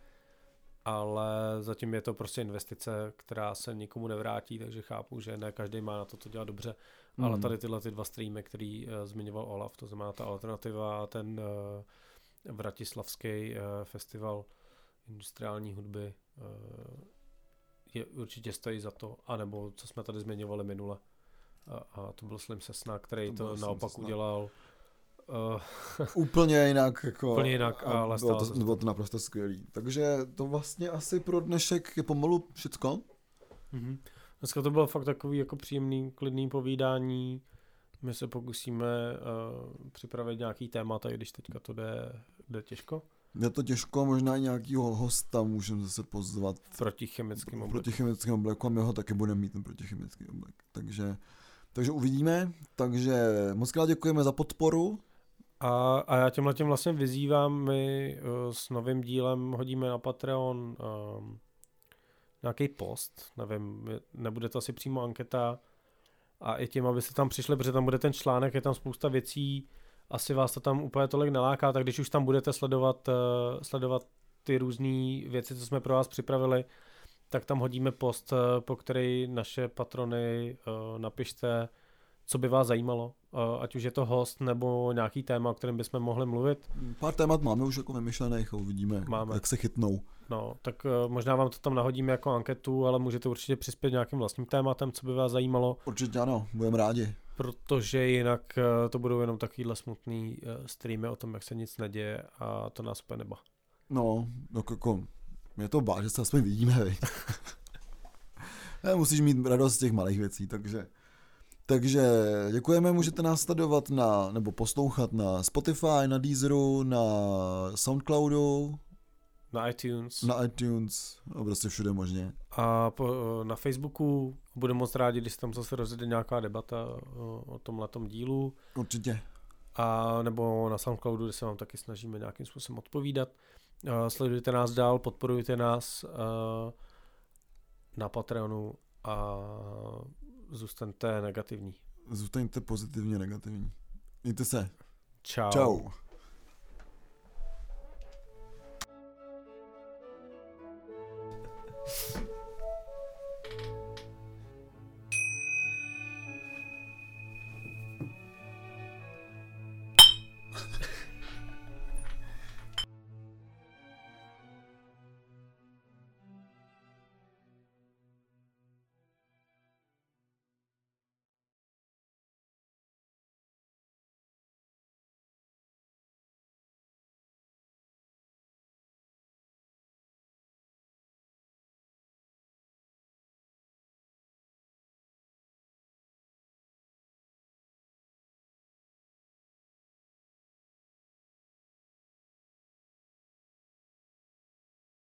ale zatím je to prostě investice, která se nikomu nevrátí, takže chápu, že ne každý má na to to dělat dobře, mm. ale tady tyhle ty dva streamy, který uh, zmiňoval Olaf, to znamená ta alternativa a ten uh, vratislavský uh, festival industriální hudby uh, je určitě stojí za to, anebo co jsme tady zmiňovali minule. A, a to byl Slim Sesna, který to, to naopak Sesna. udělal uh, úplně jinak. Jako, úplně jinak, ale bylo to, bylo to naprosto skvělý. Takže to vlastně asi pro dnešek je pomalu všecko. Mm-hmm. Dneska to bylo fakt takový jako příjemný, klidný povídání. My se pokusíme uh, připravit nějaký témata, i když teďka to jde, jde těžko. Je to těžko, možná nějakýho hosta můžeme zase pozvat. Proti chemickým obleku. Proti chemickým obleku a my ho taky budeme mít ten protichemický oblek. Takže, takže uvidíme. Takže moc krát děkujeme za podporu. A, a já tímhle tím vlastně vyzývám, my uh, s novým dílem hodíme na Patreon um, nějaký post, nevím, nebude to asi přímo anketa a i tím, abyste tam přišli, protože tam bude ten článek, je tam spousta věcí asi vás to tam úplně tolik naláká, tak když už tam budete sledovat, uh, sledovat ty různé věci, co jsme pro vás připravili, tak tam hodíme post, uh, po který naše patrony uh, napište, co by vás zajímalo, uh, ať už je to host nebo nějaký téma, o kterém bychom mohli mluvit. Pár témat máme už jako vymyšlených a uvidíme, máme. jak se chytnou. No, tak uh, možná vám to tam nahodíme jako anketu, ale můžete určitě přispět nějakým vlastním tématem, co by vás zajímalo. Určitě ano, budeme rádi. Protože jinak uh, to budou jenom takovýhle smutný uh, streamy o tom, jak se nic neděje a to nás úplně neba. No, jako, mě to bá, že se aspoň vidíme, viď? Musíš mít radost z těch malých věcí, takže... Takže děkujeme, můžete nás sledovat na, nebo poslouchat na Spotify, na Deezeru, na Soundcloudu, na iTunes. Na iTunes, a prostě všude možně. A po, na Facebooku budeme moc rádi, když tam zase rozjede nějaká debata o, o tomhletom dílu. Určitě. A nebo na Soundcloudu, kde se vám taky snažíme nějakým způsobem odpovídat. Uh, sledujte nás dál, podporujte nás uh, na Patreonu a zůstaňte negativní. Zůstaňte pozitivně negativní. Mějte se. Čau. Čau.